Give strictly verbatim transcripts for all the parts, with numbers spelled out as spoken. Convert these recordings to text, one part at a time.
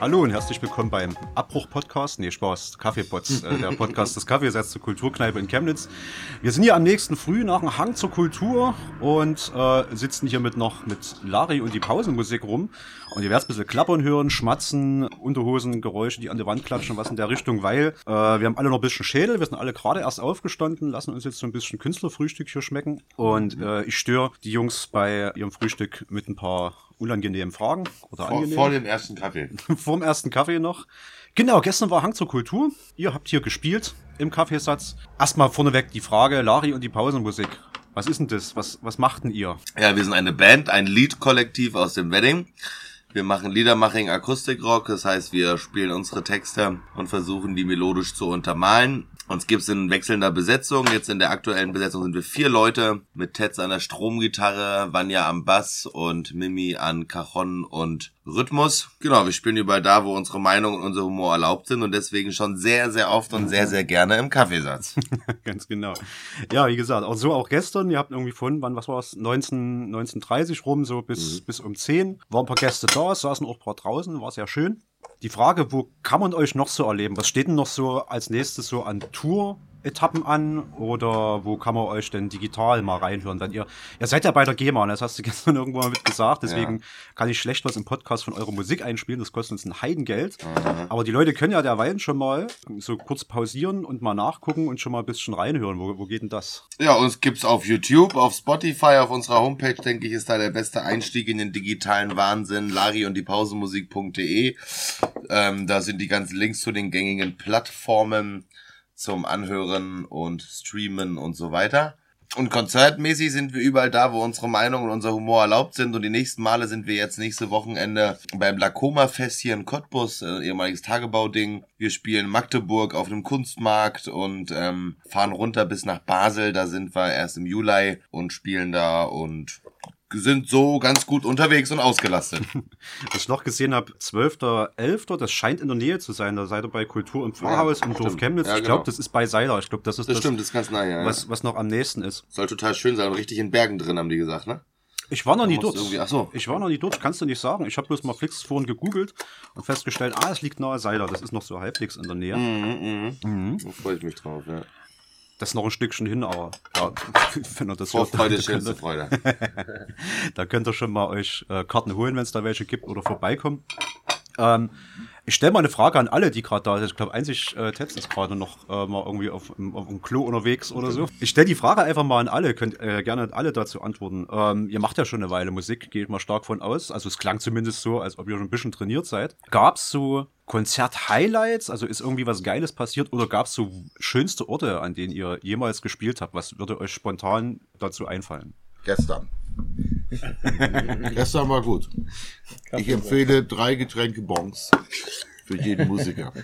Hallo und herzlich willkommen beim Abbruch-Podcast. Nee, Spaß, Kaffeepots, äh, der Podcast des Kaffeesatz zur Kulturkneipe in Chemnitz. Wir sind hier am nächsten Früh nach dem Hang zur Kultur und äh, sitzen hier mit noch mit Lari und die Pausenmusik rum. Und ihr werdet ein bisschen klappern hören, schmatzen, Unterhosengeräusche, die an die Wand klatschen, was in der Richtung, weil äh, wir haben alle noch ein bisschen Schädel, wir sind alle gerade erst aufgestanden, lassen uns jetzt so ein bisschen Künstlerfrühstück hier schmecken. Und äh, ich störe die Jungs bei ihrem Frühstück mit ein paar unangenehmen Fragen. Oder vor, angenehm. vor dem ersten Kaffee. Vor dem ersten Kaffee noch. Genau, gestern war Hang zur Kultur. Ihr habt hier gespielt im Kaffeesatz. Erstmal vorneweg die Frage, Lari und die Pausenmusik. Was ist denn das? Was, was machten ihr? Ja, wir sind eine Band, ein Liedkollektiv aus dem Wedding. Wir machen Liedermaching Akustikrock, das heißt, wir spielen unsere Texte und versuchen, die melodisch zu untermalen. Uns gibt's in wechselnder Besetzung. Jetzt in der aktuellen Besetzung sind wir vier Leute mit Tetz an der Stromgitarre, Vanja am Bass und Mimi an Cajon und Rhythmus. Genau, wir spielen überall da, wo unsere Meinung und unser Humor erlaubt sind und deswegen schon sehr, sehr oft und sehr, sehr gerne im Kaffeesatz. Ganz genau. Ja, wie gesagt, auch so auch gestern. Ihr habt irgendwie von, wann, was war es, neunzehn, neunzehn Uhr dreißig rum, so bis, mhm. bis um zehn. Waren ein paar Gäste da, saßen auch ein paar draußen, war sehr schön. Die Frage, wo kann man euch noch so erleben? Was steht denn noch so als nächstes so an Tour-Etappen an? Oder wo kann man euch denn digital mal reinhören? Denn ihr, ihr seid ja bei der GEMA, das hast du gestern irgendwo mal mit gesagt. Deswegen ja. kann ich schlecht was im Podcast von eurer Musik einspielen. Das kostet uns ein Heidengeld. Mhm. Aber die Leute können ja derweil schon mal so kurz pausieren und mal nachgucken und schon mal ein bisschen reinhören. Wo, wo geht denn das? Ja, uns gibt's auf YouTube, auf Spotify, auf unserer Homepage, denke ich, ist da der beste Einstieg in den digitalen Wahnsinn. Lari und die Pausenmusik punkt de. Ähm, da sind die ganzen Links zu den gängigen Plattformen zum Anhören und Streamen und so weiter. Und konzertmäßig sind wir überall da, wo unsere Meinung und unser Humor erlaubt sind. Und die nächsten Male sind wir jetzt nächste Wochenende beim Lacoma-Fest hier in Cottbus, äh, ehemaliges Tagebauding. Wir spielen Magdeburg auf einem Kunstmarkt und ähm, fahren runter bis nach Basel. Da sind wir erst im Juli und spielen da und sind so ganz gut unterwegs und ausgelastet. Was ich noch gesehen habe, zwölfter elfter das scheint in der Nähe zu sein. Da seid ihr bei Kultur im Pfarrhaus ja, im Dorf Chemnitz. Ja, ich glaube, genau. das ist bei Seiler. Ich glaube, das ist das, das, stimmt, das ist ganz nah, ja, was, was noch am nächsten ist. Soll total schön sein und richtig in Bergen drin, haben die gesagt, ne? Ich war noch nie dort. Ach so. Ich war noch nie dort, kannst du nicht sagen. Ich habe bloß mal fix vorhin gegoogelt und festgestellt, ah, es liegt nahe Seiler. Das ist noch so halbwegs in der Nähe. Mhm, mhm. mhm. Da freue ich mich drauf, ja. Das ist noch ein Stückchen hin, aber ja, wenn ihr das Vorfreude ist schönste Freude. Da könnt ihr schon mal euch äh, Karten holen, wenn es da welche gibt oder vorbeikommen. Ähm, ich stelle mal eine Frage an alle, die gerade da sind. Ich glaube, einzig äh, Tetz ist gerade noch äh, mal irgendwie auf, im, auf dem Klo unterwegs oder so. Ich stelle die Frage einfach mal an alle, könnt äh, gerne alle dazu antworten. Ähm, ihr macht ja schon eine Weile Musik, gehe ich mal stark von aus. Also es klang zumindest so, als ob ihr schon ein bisschen trainiert seid. Gab's so Konzert-Highlights? Also ist irgendwie was Geiles passiert? Oder gab's so schönste Orte, an denen ihr jemals gespielt habt? Was würde euch spontan dazu einfallen? Gestern. Gestern war gut. Ich empfehle drei Getränke-Bons für jeden Musiker.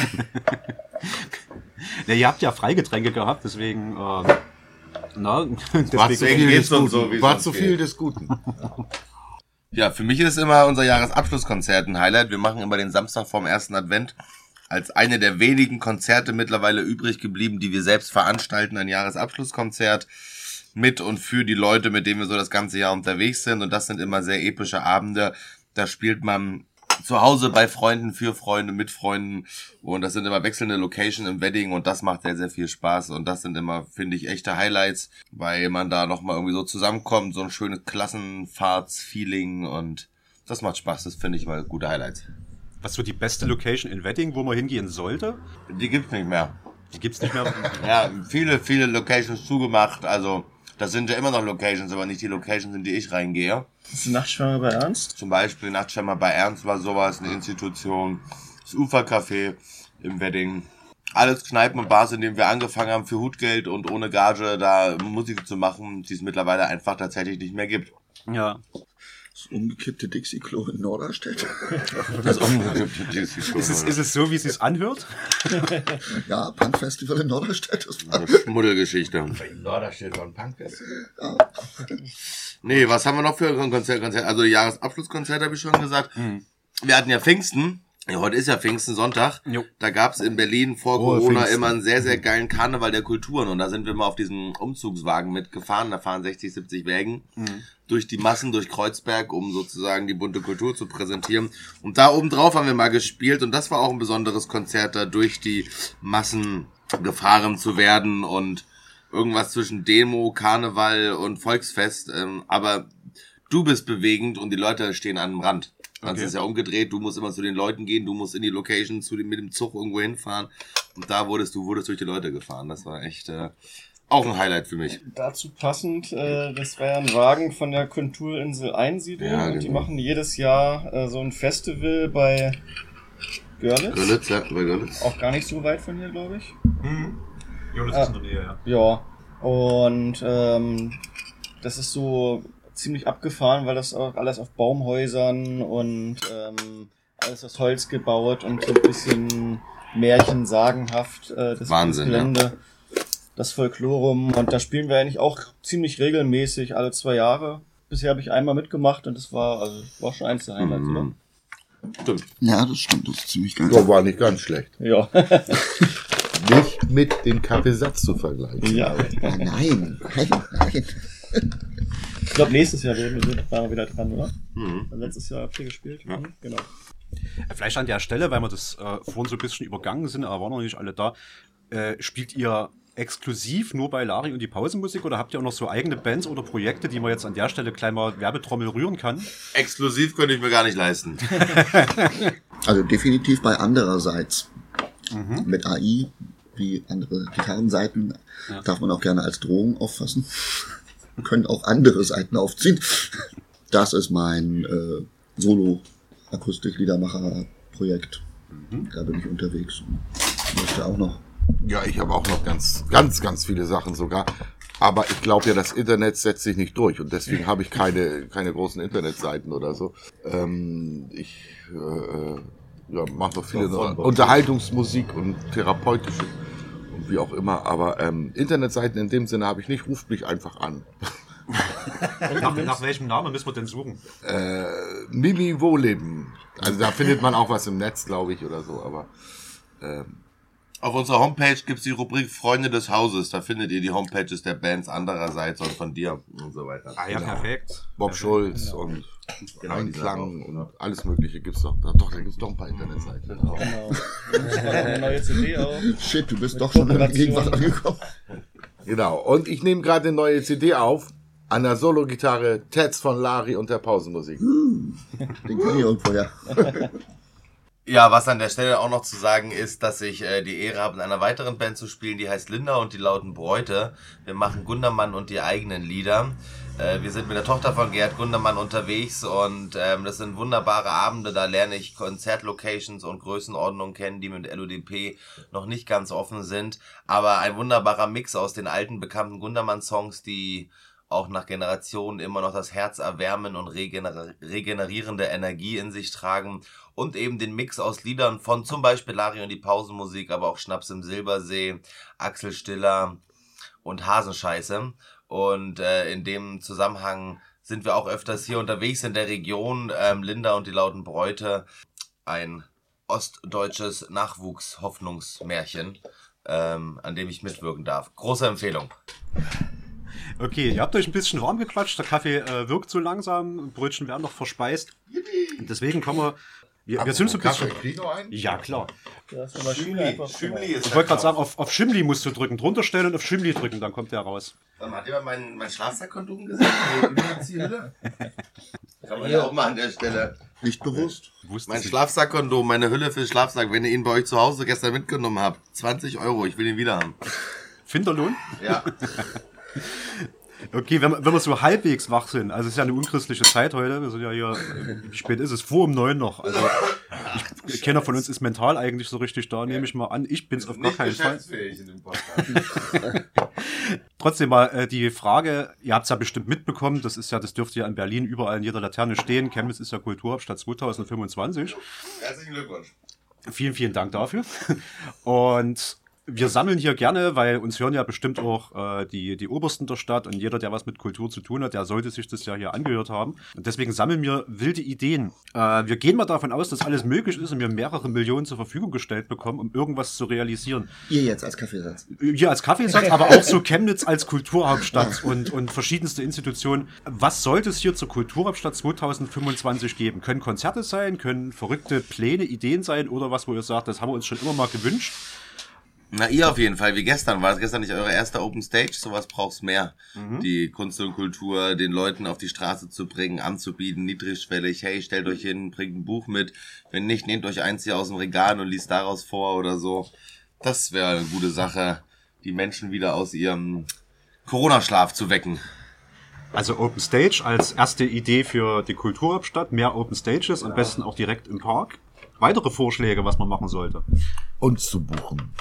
Ja, ihr habt ja Freigetränke gehabt, deswegen, äh, na, deswegen war zu viel, des Guten. So, war zu viel des Guten. Ja, für mich ist immer unser Jahresabschlusskonzert ein Highlight. Wir machen immer den Samstag vorm ersten Advent als eine der wenigen Konzerte mittlerweile übrig geblieben, die wir selbst veranstalten, ein Jahresabschlusskonzert mit und für die Leute, mit denen wir so das ganze Jahr unterwegs sind. Und das sind immer sehr epische Abende. Da spielt man zu Hause bei Freunden, für Freunde, mit Freunden. Und das sind immer wechselnde Locations im Wedding und das macht sehr, sehr viel Spaß. Und das sind immer, finde ich, echte Highlights, weil man da nochmal irgendwie so zusammenkommt, so ein schönes Klassenfahrtsfeeling und das macht Spaß. Das finde ich mal gute Highlights. Was so die beste Location in Wedding, wo man hingehen sollte? Die gibt's nicht mehr. Die gibt's nicht mehr? Ja, viele, viele Locations zugemacht. Also das sind ja immer noch Locations, aber nicht die Locations, in die ich reingehe. Ist die Nachtschwärmer bei Ernst? Zum Beispiel Nachtschwärmer bei Ernst war sowas, eine Institution. Das Ufercafé im Wedding. Alles Kneipen und Bars, in denen wir angefangen haben, für Hutgeld und ohne Gage da Musik zu machen, die es mittlerweile einfach tatsächlich nicht mehr gibt. Ja. Das umgekippte Dixie-Klo in Norderstedt. Das umgekippte Dixie-Klo. Ist es, ist es so, wie es sich anhört? Ja, Punkfestival in Norderstedt. Das war eine Schmuddelgeschichte. In Norderstedt war ein Punkfestival. Ja. Nee, was haben wir noch für ein Konzert? Konzert? Also Jahresabschlusskonzert habe ich schon gesagt. Mhm. Wir hatten ja Pfingsten Ja, heute ist ja Pfingstensonntag. Jo. Da gab's in Berlin vor Oh, Corona Pfingsten. immer einen sehr, sehr geilen Karneval der Kulturen. Und da sind wir mal auf diesen Umzugswagen mitgefahren. Da fahren sechzig, siebzig Wägen mhm. durch die Massen, durch Kreuzberg, um sozusagen die bunte Kultur zu präsentieren. Und da oben drauf haben wir mal gespielt. Und das war auch ein besonderes Konzert, da durch die Massen gefahren zu werden. Und irgendwas zwischen Demo, Karneval und Volksfest. Aber du bist bewegend und die Leute stehen an dem Rand. Das okay. ist ja umgedreht, du musst immer zu den Leuten gehen, du musst in die Location zu dem, mit dem Zug irgendwo hinfahren und da wurdest du wurdest durch die Leute gefahren. Das war echt äh, auch ein Highlight für mich. Dazu passend, äh, das war ja ein Wagen von der Kulturinsel Einsiedel ja, und die genau. machen jedes Jahr äh, so ein Festival bei Görlitz. Görlitz, ja, bei Görlitz. Auch gar nicht so weit von hier, glaube ich. Mhm. Görlitz ah, ist in der Nähe, ja. Ja, und ähm, das ist so ziemlich abgefahren, weil das auch alles auf Baumhäusern und ähm, alles aus Holz gebaut und so ein bisschen märchensagenhaft äh, das Wahnsinn, Gelände, ja. Das Folklorum und da spielen wir eigentlich auch ziemlich regelmäßig alle zwei Jahre. Bisher habe ich einmal mitgemacht und das war also war schon eins der Highlights, mhm. oder? Stimmt. Ja, das stimmt, das ist ziemlich geil. Das war nicht ganz schlecht. Ja. Nicht mit dem Kaffeesatz zu vergleichen. Ja. Nein, nein, nein. Ich glaube, nächstes Jahr werden wir waren wir wieder dran, oder? Mhm. Letztes Jahr habt ihr gespielt. Ja. Mhm, genau. Vielleicht an der Stelle, weil wir das äh, vorhin so ein bisschen übergangen sind, aber waren noch nicht alle da, äh, spielt ihr exklusiv nur bei Lari und die Pausenmusik oder habt ihr auch noch so eigene Bands oder Projekte, die man jetzt an der Stelle klein mal Werbetrommel rühren kann? Exklusiv könnte ich mir gar nicht leisten. Also definitiv bei andererseits. Mhm. Mit A I, wie andere Gitarrenseiten, ja. darf man auch gerne als Drohung auffassen. Können auch andere Seiten aufziehen. Das ist mein äh, Solo-Akustik-Liedermacher-Projekt. Mhm. Da bin ich unterwegs und möchte auch noch. Ja, ich habe auch noch ganz, ganz, ganz viele Sachen sogar. Aber ich glaube ja, das Internet setzt sich nicht durch und deswegen habe ich keine, keine großen Internetseiten oder so. Ähm, ich äh, ja, mache noch viele noch Unterhaltungsmusik und therapeutische und wie auch immer. Aber ähm, Internetseiten in dem Sinne habe ich nicht. Ruft mich einfach an. nach, nach welchem Namen müssen wir denn suchen? Äh, Mimi Wohleben. Also da findet man auch was im Netz, glaube ich, oder so. Aber ähm, Auf unserer Homepage gibt's die Rubrik Freunde des Hauses. Da findet ihr die Homepages der Bands andererseits und von dir und so weiter. Ah ja, genau. Perfekt. Bob perfekt. Schulz Genau. und Genau, Einklang auch, und ja. alles Mögliche gibt's doch. Doch, da gibt's doch ein paar Internetseiten. Genau. Und eine neue C D auch. Shit, du bist Mit doch schon in der Kooperation. Gegenwart angekommen. Genau. Und ich nehme gerade eine neue C D auf. An der Solo-Gitarre Teds von Lari und der Pausenmusik. Den kenn ich irgendwo, ja. Ja, was an der Stelle auch noch zu sagen ist, dass ich äh, die Ehre habe, in einer weiteren Band zu spielen, die heißt Linda und die lauten Bräute. Wir machen Gundermann und die eigenen Lieder. Äh, wir sind mit der Tochter von Gerd Gundermann unterwegs und ähm, das sind wunderbare Abende. Da lerne ich Konzertlocations und Größenordnungen kennen, die mit L O D P noch nicht ganz offen sind. Aber ein wunderbarer Mix aus den alten, bekannten Gundermann-Songs, die auch nach Generationen immer noch das Herz erwärmen und regener- regenerierende Energie in sich tragen und eben den Mix aus Liedern von zum Beispiel Lari und die Pausenmusik, aber auch Schnaps im Silbersee, Axel Stiller und Hasenscheiße. Und äh, in dem Zusammenhang sind wir auch öfters hier unterwegs in der Region. Ähm, Linda und die lauten Bräute, ein ostdeutsches Nachwuchshoffnungsmärchen, ähm, an dem ich mitwirken darf. Große Empfehlung. Okay, ihr habt euch ein bisschen warm gequatscht, der Kaffee äh, wirkt so langsam, Brötchen werden noch verspeist. Deswegen kommen wir, wir, wir sind so ein bisschen... Krieg noch einen? Ja, klar. Da ist eine Maschine einfach. Schümli ist Ich wollte gerade sagen, auf, auf Schimli musst du drücken, drunter stellen und auf Schimli drücken, dann kommt der raus. Hat jemand mein, mein Schlafsackkondom gesehen? Die Überziehhülle? Kann man ja auch mal an der Stelle. Nicht bewusst. Wusste Mein ich. Schlafsackkondom, meine Hülle für Schlafsack, wenn ihr ihn bei euch zu Hause gestern mitgenommen habt. zwanzig Euro, ich will ihn wieder haben. Finderlohn? Ja. Okay, wenn, wir- wenn wir so halbwegs wach sind, also es ist ja eine unchristliche Zeit heute, wir sind ja hier, äh, wie spät ist es? Vor um neun noch. Also ich, keiner von uns ist mental eigentlich so richtig da, nehme ich mal an. Ich bin's auf gar keinen Fall. in dem Podcast. Trotzdem mal äh, die Frage, ihr habt's ja bestimmt mitbekommen, das ist ja, das dürfte ja in Berlin überall in jeder Laterne stehen. Chemnitz ist ja Kulturhauptstadt zwanzig fünfundzwanzig. Herzlichen Glückwunsch. Vielen, vielen Dank dafür. Und wir sammeln hier gerne, weil uns hören ja bestimmt auch äh, die, die Obersten der Stadt und jeder, der was mit Kultur zu tun hat, der sollte sich das ja hier angehört haben. Und deswegen sammeln wir wilde Ideen. Äh, wir gehen mal davon aus, dass alles möglich ist und wir mehrere Millionen zur Verfügung gestellt bekommen, um irgendwas zu realisieren. Ihr jetzt als Kaffeesatz. Hier als Kaffeesatz, aber auch so Chemnitz als Kulturhauptstadt und, und verschiedenste Institutionen. Was sollte es hier zur Kulturhauptstadt zwanzig fünfundzwanzig geben? Können Konzerte sein, können verrückte Pläne, Ideen sein oder was, wo ihr sagt, das haben wir uns schon immer mal gewünscht? Na, ihr auf jeden Fall, wie gestern. War es gestern nicht eure erste Open Stage? Sowas braucht's mehr. Mhm. Die Kunst und Kultur den Leuten auf die Straße zu bringen, anzubieten, niedrigschwellig. Hey, stellt euch hin, bringt ein Buch mit. Wenn nicht, nehmt euch eins hier aus dem Regal und liest daraus vor oder so. Das wäre eine gute Sache, die Menschen wieder aus ihrem Corona-Schlaf zu wecken. Also Open Stage als erste Idee für die Kulturhauptstadt, mehr Open Stages, am besten auch direkt im Park. Weitere Vorschläge, was man machen sollte. Uns zu buchen.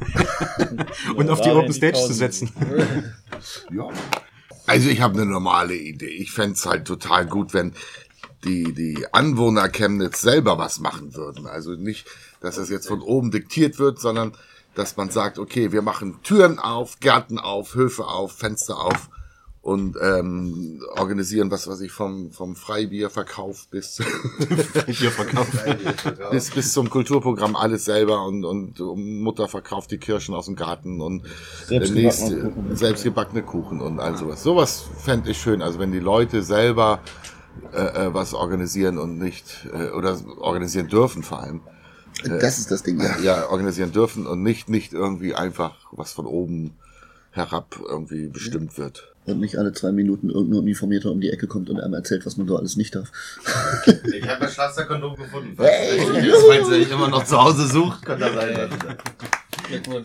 Und auf die Open Stage zu setzen. Ja. Also ich habe eine normale Idee. Ich fände es halt total gut, wenn die, die Anwohner Chemnitz selber was machen würden. Also nicht, dass das jetzt von oben diktiert wird, sondern dass man sagt, okay, wir machen Türen auf, Gärten auf, Höfe auf, Fenster auf und ähm, organisieren, was weiß ich, vom vom Freibierverkauf bis Freibierverkauf. bis bis zum Kulturprogramm alles selber und und Mutter verkauft die Kirschen aus dem Garten und selbstgebackene Kuchen, selbstgebackene Kuchen und all sowas. Sowas fände ich schön, also wenn die Leute selber äh, was organisieren und nicht äh, oder organisieren dürfen vor allem. Das ist das Ding, ja. Ja, organisieren dürfen und nicht nicht irgendwie einfach was von oben herab irgendwie bestimmt wird. Und nicht alle zwei Minuten irgendein Uniformierter um die Ecke kommt und einem erzählt, was man so alles nicht darf. Ich habe das Schlafsack-Kondom gefunden. Falls, hey. ihr, falls ihr euch immer noch zu Hause sucht, könnt ihr sein. Glückwunsch.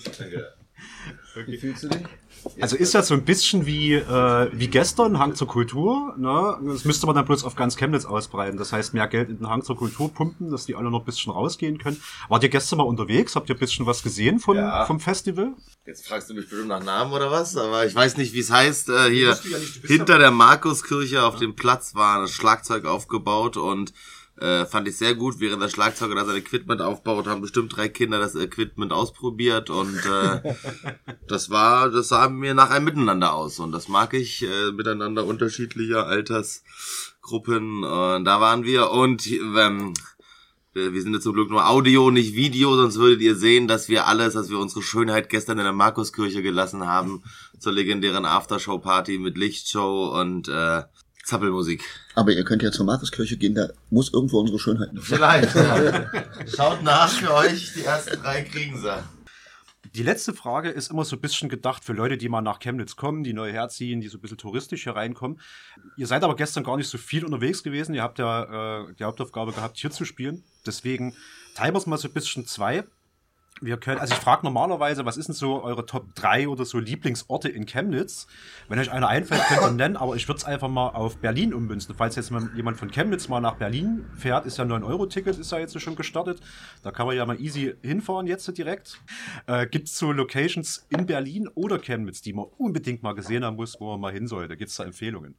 Wie fühlst du dich? Also ist das so ein bisschen wie äh, wie gestern, Hang zur Kultur. Ne? Das müsste man dann bloß auf ganz Chemnitz ausbreiten. Das heißt, mehr Geld in den Hang zur Kultur pumpen, dass die alle noch ein bisschen rausgehen können. Wart ihr gestern mal unterwegs? Habt ihr ein bisschen was gesehen von, ja. vom Festival? Jetzt fragst du mich bestimmt nach Namen oder was, aber ich weiß nicht, wie es heißt. Äh, hier ja nicht, hinter der Markuskirche auf ja. dem Platz war das Schlagzeug aufgebaut und Äh, fand ich sehr gut, während der Schlagzeuger da sein Equipment aufbaut, haben bestimmt drei Kinder das Equipment ausprobiert und äh, das war, das sah mir nach einem Miteinander aus und das mag ich, äh, miteinander unterschiedlicher Altersgruppen, äh, da waren wir und ähm, wir sind jetzt zum Glück nur Audio, nicht Video, sonst würdet ihr sehen, dass wir alles, dass wir unsere Schönheit gestern in der Markuskirche gelassen haben, zur legendären Aftershow-Party mit Lichtshow und äh, Zappelmusik. Aber ihr könnt ja zur Markuskirche gehen, da muss irgendwo unsere Schönheit noch sein. Vielleicht, ja. Schaut nach für euch, die ersten drei kriegen sie. Die letzte Frage ist immer so ein bisschen gedacht für Leute, die mal nach Chemnitz kommen, die neu herziehen, die so ein bisschen touristisch hier reinkommen. Ihr seid aber gestern gar nicht so viel unterwegs gewesen. Ihr habt ja äh, die Hauptaufgabe gehabt, hier zu spielen. Deswegen teilen wir es mal so ein bisschen zwei. Wir können, also ich frage normalerweise, was ist denn so eure Top drei oder so Lieblingsorte in Chemnitz? Wenn euch einer einfällt, könnt ihr nennen, aber ich würde es einfach mal auf Berlin ummünzen. Falls jetzt mal jemand von Chemnitz mal nach Berlin fährt, ist ja ein neun Euro Ticket, ist ja jetzt schon gestartet. Da kann man ja mal easy hinfahren jetzt direkt. Äh, Gibt es so Locations in Berlin oder Chemnitz, die man unbedingt mal gesehen haben muss, wo man mal hin sollte? Gibt es da Empfehlungen?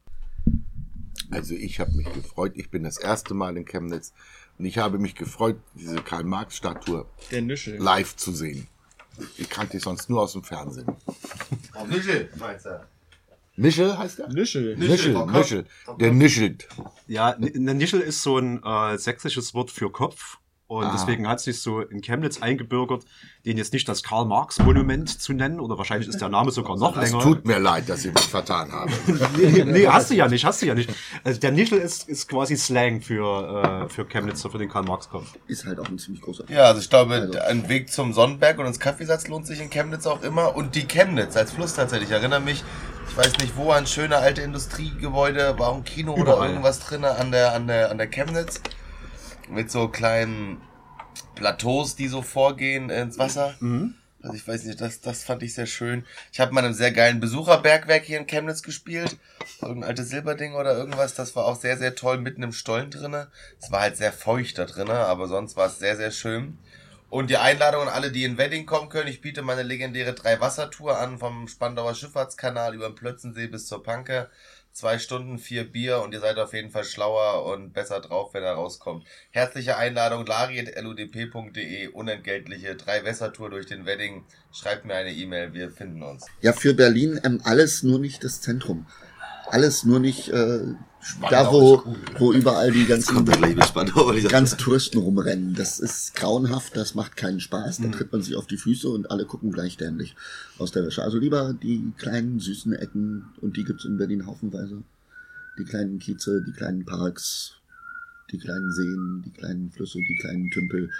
Also ich habe mich gefreut, ich bin das erste Mal in Chemnitz. Und ich habe mich gefreut, diese Karl-Marx-Statue live zu sehen. Ich kannte die sonst nur aus dem Fernsehen. Oh, Nischel, meinst du? Nischel heißt der? Nischel. Nischel, Nischel. Nischel. Der nischelt. Ja, eine Nischel ist so ein äh, sächsisches Wort für Kopf. Und ah. deswegen hat sich so in Chemnitz eingebürgert, den jetzt nicht das Karl-Marx-Monument zu nennen, oder wahrscheinlich ist der Name sogar noch das länger. Es tut mir leid, dass ich mich vertan habe. nee, nee, hast du ja nicht, hast du ja nicht. Also der Nischel ist, ist quasi Slang für, äh, für Chemnitzer, für den Karl-Marx-Kopf. Ist halt auch ein ziemlich großer. Ja, also ich glaube, also. ein Weg zum Sonnenberg und ins Kaffeesatz lohnt sich in Chemnitz auch immer. Und die Chemnitz als Fluss tatsächlich, ich erinnere mich, ich weiß nicht wo, ein schöner alte Industriegebäude, war auch ein Kino Überall. Oder irgendwas drin an der, an der, an der Chemnitz. Mit so kleinen Plateaus, die so vorgehen ins Wasser. Mhm. Also ich weiß nicht, das, das fand ich sehr schön. Ich habe mal in einem sehr geilen Besucherbergwerk hier in Chemnitz gespielt. Irgendein altes Silberding oder irgendwas. Das war auch sehr, sehr toll, mitten im Stollen drinne. Es war halt sehr feucht da drinne, aber sonst war es sehr, sehr schön. Und die Einladung an alle, die in Wedding kommen können. Ich biete meine legendäre Drei-Wasser-Tour an, vom Spandauer Schifffahrtskanal über den Plötzensee bis zur Panke. Zwei Stunden, vier Bier und ihr seid auf jeden Fall schlauer und besser drauf, wenn er rauskommt. Herzliche Einladung, lari at l u d p punkt d e, unentgeltliche Drei-Wässer-Tour durch den Wedding. Schreibt mir eine E-Mail, wir finden uns. Ja, für Berlin ähm, alles, nur nicht das Zentrum. Alles nur nicht äh, da, wo, cool. wo überall die ganzen, ganzen Touristen rumrennen. Das ist grauenhaft, das macht keinen Spaß. Da mhm. tritt man sich auf die Füße und alle gucken gleich dämlich aus der Wäsche. Also lieber die kleinen, süßen Ecken, und die gibt's in Berlin haufenweise. Die kleinen Kieze, die kleinen Parks, die kleinen Seen, die kleinen Flüsse, die kleinen Tümpel.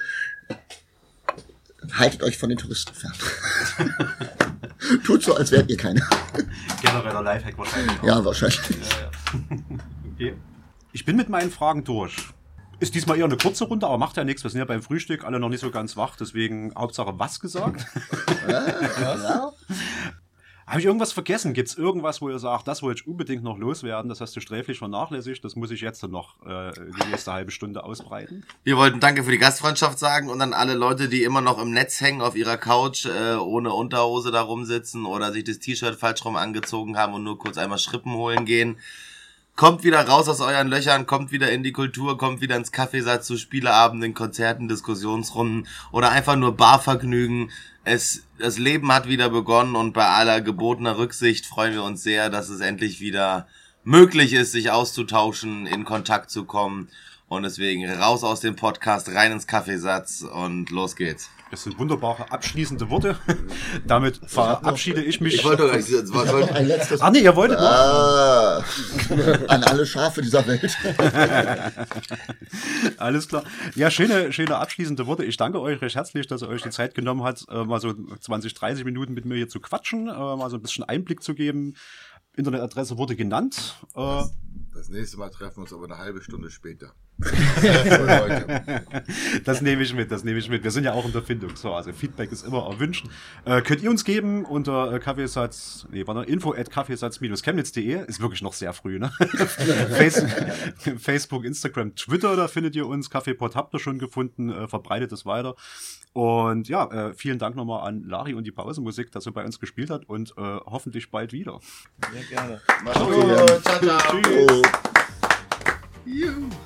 Haltet euch von den Touristen fern. Tut so, als wärt ihr keine. Genereller Lifehack wahrscheinlich auch. Ja, wahrscheinlich. Ja, ja. Okay. Ich bin mit meinen Fragen durch. Ist diesmal eher eine kurze Runde, aber macht ja nichts. Wir sind ja beim Frühstück alle noch nicht so ganz wach, deswegen Hauptsache was gesagt. Ja, ja. Habe ich irgendwas vergessen? Gibt es irgendwas, wo ihr sagt, das wollte ich unbedingt noch loswerden, das hast du sträflich vernachlässigt, das muss ich jetzt noch äh, die nächste halbe Stunde ausbreiten? Wir wollten Danke für die Gastfreundschaft sagen und an alle Leute, die immer noch im Netz hängen, auf ihrer Couch, äh, ohne Unterhose da rumsitzen oder sich das T-Shirt falsch rum angezogen haben und nur kurz einmal Schrippen holen gehen. Kommt wieder raus aus euren Löchern, kommt wieder in die Kultur, kommt wieder ins Kaffeesatz zu Spieleabenden, Konzerten, Diskussionsrunden oder einfach nur Barvergnügen. Es, das Leben hat wieder begonnen und bei aller gebotener Rücksicht freuen wir uns sehr, dass es endlich wieder möglich ist, sich auszutauschen, in Kontakt zu kommen. Und deswegen raus aus dem Podcast, rein ins Kaffeesatz und los geht's. Das sind wunderbare abschließende Worte. Damit verabschiede ich mich. Ich wollte doch nicht, das war ein letztes. Ah, nee, ihr wolltet ah, an alle Schafe dieser Welt. Alles klar. Ja, schöne, schöne abschließende Worte. Ich danke euch recht herzlich, dass ihr euch die Zeit genommen habt, mal so zwanzig, dreißig Minuten mit mir hier zu quatschen, mal so ein bisschen Einblick zu geben. Internetadresse wurde genannt. Das, das nächste Mal treffen wir uns aber eine halbe Stunde später. Das nehme ich mit, das nehme ich mit. Wir sind ja auch in der Findungsphase. Feedback ist immer erwünscht. Äh, könnt ihr uns geben unter äh, Kaffeesatz, nee, warte, info at kaffeesatz Bindestrich chemnitz punkt de. Ist wirklich noch sehr früh, ne? Face, Facebook, Instagram, Twitter, da findet ihr uns. Kaffeepot habt ihr schon gefunden, äh, verbreitet es weiter. Und ja, äh, vielen Dank nochmal an Lari und die Pausenmusik, dass er bei uns gespielt hat und äh, hoffentlich bald wieder. Sehr gerne. Mach's gut. Ciao, ciao. Tschüss. Oh.